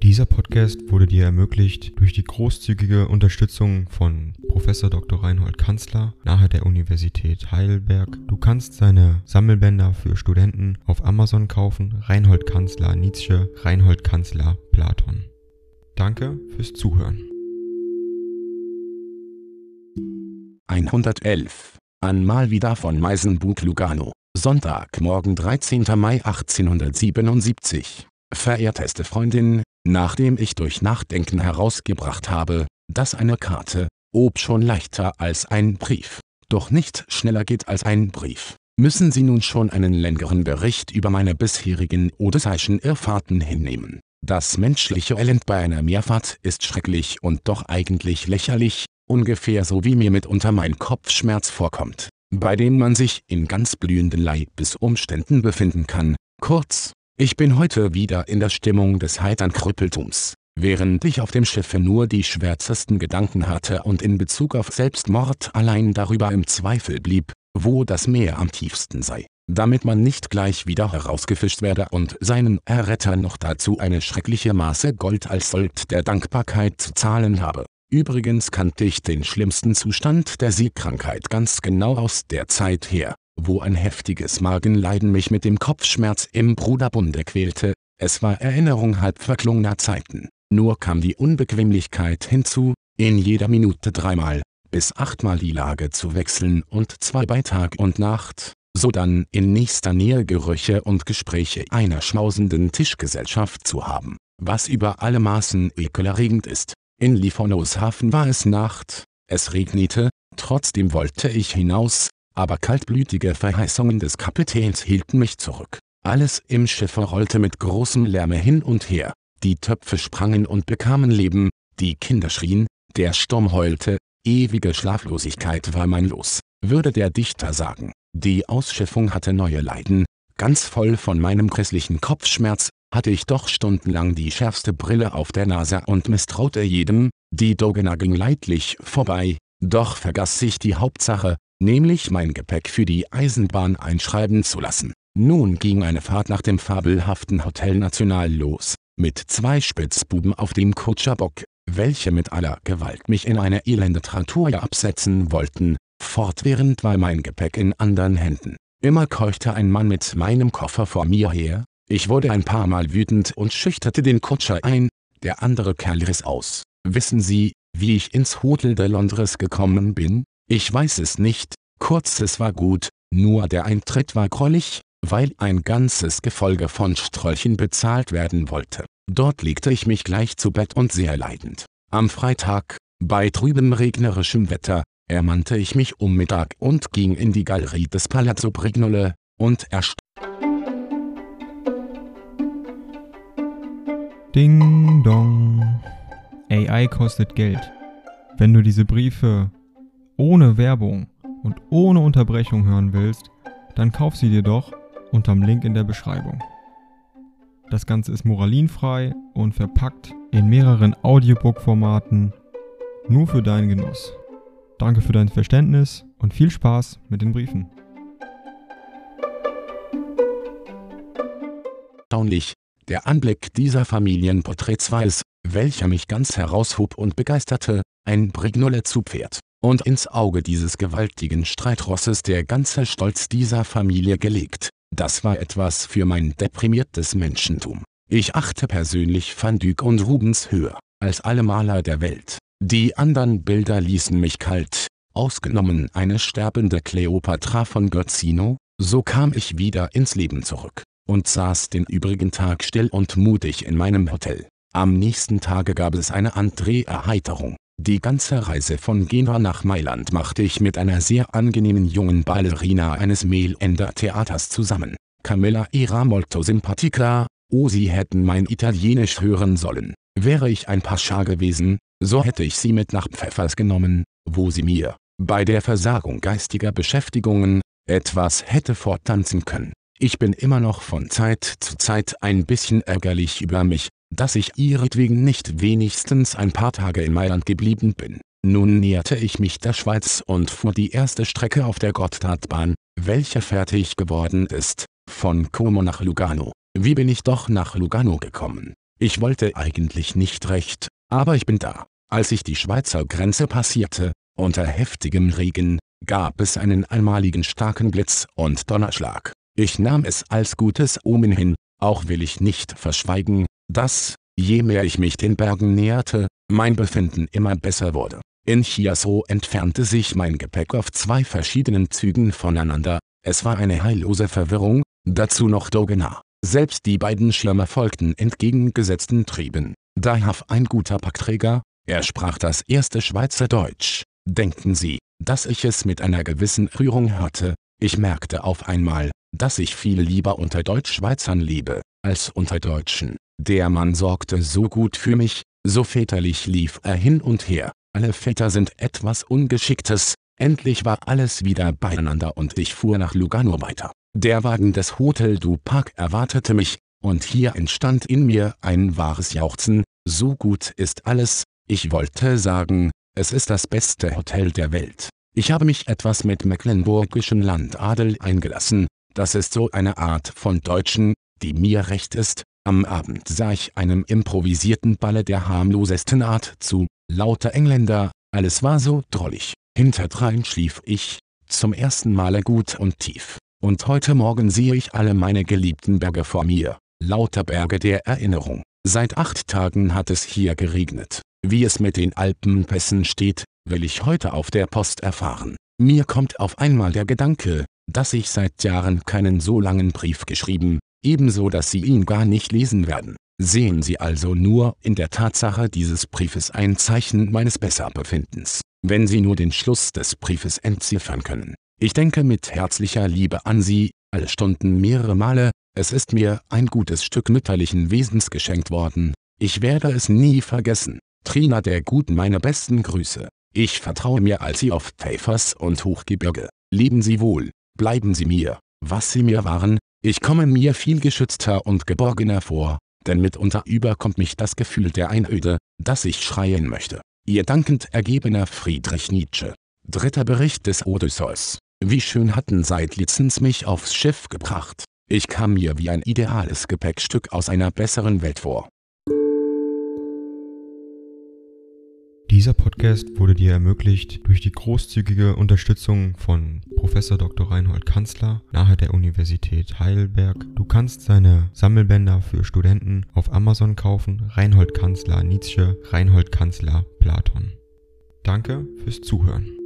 Dieser Podcast wurde dir ermöglicht durch die großzügige Unterstützung von Prof. Dr. Reinhold Kanzler nahe der Universität Heidelberg. Du kannst seine Sammelbänder für Studenten auf Amazon kaufen. Reinhold Kanzler Nietzsche, Reinhold Kanzler Platon. Danke fürs Zuhören. 111. An Mal wieder von Meisenbug Lugano. Sonntagmorgen 13. Mai 1877. Verehrteste Freundin, nachdem ich durch Nachdenken herausgebracht habe, dass eine Karte, ob schon leichter als ein Brief, doch nicht schneller geht als ein Brief, müssen Sie nun schon einen längeren Bericht über meine bisherigen odysseischen Irrfahrten hinnehmen. Das menschliche Elend bei einer Meerfahrt ist schrecklich und doch eigentlich lächerlich, ungefähr so wie mir mitunter mein Kopfschmerz vorkommt, bei dem man sich in ganz blühenden Leibesumständen befinden kann. Kurz, ich bin heute wieder in der Stimmung des heitern Krüppeltums, während ich auf dem Schiffe nur die schwärzesten Gedanken hatte und in Bezug auf Selbstmord allein darüber im Zweifel blieb, wo das Meer am tiefsten sei, damit man nicht gleich wieder herausgefischt werde und seinen Erretter noch dazu eine schreckliche Maße Gold als Sold der Dankbarkeit zu zahlen habe. Übrigens kannte ich den schlimmsten Zustand der Seekrankheit ganz genau aus der Zeit her, wo ein heftiges Magenleiden mich mit dem Kopfschmerz im Bruderbunde quälte. Es war Erinnerung halb verklungener Zeiten. Nur kam die Unbequemlichkeit hinzu, in jeder Minute 3-mal bis 8-mal die Lage zu wechseln und 2 bei Tag und Nacht, sodann in nächster Nähe Gerüche und Gespräche einer schmausenden Tischgesellschaft zu haben, was über alle Maßen ekelerregend ist. In Livornos Hafen war es Nacht, es regnete, trotzdem wollte ich hinaus, aber kaltblütige Verheißungen des Kapitäns hielten mich zurück. Alles im Schiffe rollte mit großem Lärme hin und her, die Töpfe sprangen und bekamen Leben, die Kinder schrien, der Sturm heulte, ewige Schlaflosigkeit war mein Los, würde der Dichter sagen. Die Ausschiffung hatte neue Leiden, ganz voll von meinem grässlichen Kopfschmerz, hatte ich doch stundenlang die schärfste Brille auf der Nase und misstraute jedem, die Dogena ging leidlich vorbei, doch vergaß ich die Hauptsache, nämlich mein Gepäck für die Eisenbahn einschreiben zu lassen. Nun ging eine Fahrt nach dem fabelhaften Hotel National los, mit 2 Spitzbuben auf dem Kutscherbock, welche mit aller Gewalt mich in eine elende Trattoria absetzen wollten. Fortwährend war mein Gepäck in anderen Händen. Immer keuchte ein Mann mit meinem Koffer vor mir her. Ich wurde ein paar Mal wütend und schüchterte den Kutscher ein, der andere Kerl riss aus. Wissen Sie, wie ich ins Hotel de Londres gekommen bin? Ich weiß es nicht, kurz es war gut, nur der Eintritt war grollig, weil ein ganzes Gefolge von Strolchen bezahlt werden wollte. Dort legte ich mich gleich zu Bett und sehr leidend. Am Freitag, bei trübem regnerischem Wetter, ermannte ich mich um Mittag und ging in die Galerie des Palazzo Brignole und Ding dong. AI kostet Geld. Wenn du diese Briefe ohne Werbung und ohne Unterbrechung hören willst, dann kauf sie dir doch unterm Link in der Beschreibung. Das Ganze ist moralinfrei und verpackt in mehreren Audiobook-Formaten nur für deinen Genuss. Danke für dein Verständnis und viel Spaß mit den Briefen. Erstaunlich, der Anblick dieser Familienporträts war es, welcher mich ganz heraushob und begeisterte, ein Brignole-Zugpferd. Und ins Auge dieses gewaltigen Streitrosses der ganze Stolz dieser Familie gelegt. Das war etwas für mein deprimiertes Menschentum. Ich achte persönlich Van Dyck und Rubens höher als alle Maler der Welt. Die anderen Bilder ließen mich kalt, ausgenommen eine sterbende Kleopatra von Gozzino. So kam ich wieder ins Leben zurück und saß den übrigen Tag still und mutig in meinem Hotel. Am nächsten Tage gab es eine andere Erheiterung. Die ganze Reise von Genua nach Mailand machte ich mit einer sehr angenehmen jungen Ballerina eines Mailänder Theaters zusammen. Camilla era molto simpatica. Oh, Sie hätten mein Italienisch hören sollen. Wäre ich ein Pascha gewesen, so hätte ich sie mit nach Pfeffers genommen, wo sie mir, bei der Versagung geistiger Beschäftigungen, etwas hätte forttanzen können. Ich bin immer noch von Zeit zu Zeit ein bisschen ärgerlich über mich, dass ich ihretwegen nicht wenigstens ein paar Tage in Mailand geblieben bin. Nun näherte ich mich der Schweiz und fuhr die erste Strecke auf der Gotthardbahn, welche fertig geworden ist, von Como nach Lugano. Wie bin ich doch nach Lugano gekommen? Ich wollte eigentlich nicht recht, aber ich bin da. Als ich die Schweizer Grenze passierte, unter heftigem Regen, gab es einen einmaligen starken Blitz und Donnerschlag. Ich nahm es als gutes Omen hin, auch will ich nicht verschweigen, dass, je mehr ich mich den Bergen näherte, mein Befinden immer besser wurde. In Chiasso entfernte sich mein Gepäck auf 2 verschiedenen Zügen voneinander, es war eine heillose Verwirrung, dazu noch Dogena. Selbst die beiden Schirme folgten entgegengesetzten Trieben. Dahav ein guter Packträger, er sprach das erste Schweizerdeutsch. Denken Sie, dass ich es mit einer gewissen Rührung hörte? Ich merkte auf einmal, dass ich viel lieber unter Deutschschweizern lebe, als unter Deutschen. Der Mann sorgte so gut für mich, so väterlich lief er hin und her. Alle Väter sind etwas Ungeschicktes. Endlich war alles wieder beieinander und ich fuhr nach Lugano weiter. Der Wagen des Hotel du Parc erwartete mich, und hier entstand in mir ein wahres Jauchzen. So gut ist alles, ich wollte sagen, es ist das beste Hotel der Welt. Ich habe mich etwas mit mecklenburgischen Landadel eingelassen, das ist so eine Art von Deutschen, die mir recht ist. Am Abend sah ich einem improvisierten Balle der harmlosesten Art zu, lauter Engländer, alles war so drollig. Hinterdrein schlief ich, zum ersten Male gut und tief. Und heute Morgen sehe ich alle meine geliebten Berge vor mir, lauter Berge der Erinnerung. Seit 8 Tagen hat es hier geregnet. Wie es mit den Alpenpässen steht, will ich heute auf der Post erfahren. Mir kommt auf einmal der Gedanke, dass ich seit Jahren keinen so langen Brief geschrieben, ebenso dass Sie ihn gar nicht lesen werden. Sehen Sie also nur in der Tatsache dieses Briefes ein Zeichen meines Besserbefindens, wenn Sie nur den Schluss des Briefes entziffern können. Ich denke mit herzlicher Liebe an Sie, alle Stunden mehrere Male, es ist mir ein gutes Stück mütterlichen Wesens geschenkt worden. Ich werde es nie vergessen. Trina der Guten, meine besten Grüße. Ich vertraue mir als Sie auf Pfäfers und Hochgebirge. Leben Sie wohl, bleiben Sie mir, was Sie mir waren. Ich komme mir viel geschützter und geborgener vor, denn mitunter überkommt mich das Gefühl der Einöde, dass ich schreien möchte. Ihr dankend ergebener Friedrich Nietzsche. 3. Bericht des Odysseus. Wie schön hatten Seydlizens mich aufs Schiff gebracht. Ich kam mir wie ein ideales Gepäckstück aus einer besseren Welt vor. Dieser Podcast wurde dir ermöglicht durch die großzügige Unterstützung von Prof. Dr. Reinhold Kanzler nahe der Universität Heidelberg. Du kannst seine Sammelbänder für Studenten auf Amazon kaufen. Reinhold Kanzler Nietzsche, Reinhold Kanzler Platon. Danke fürs Zuhören.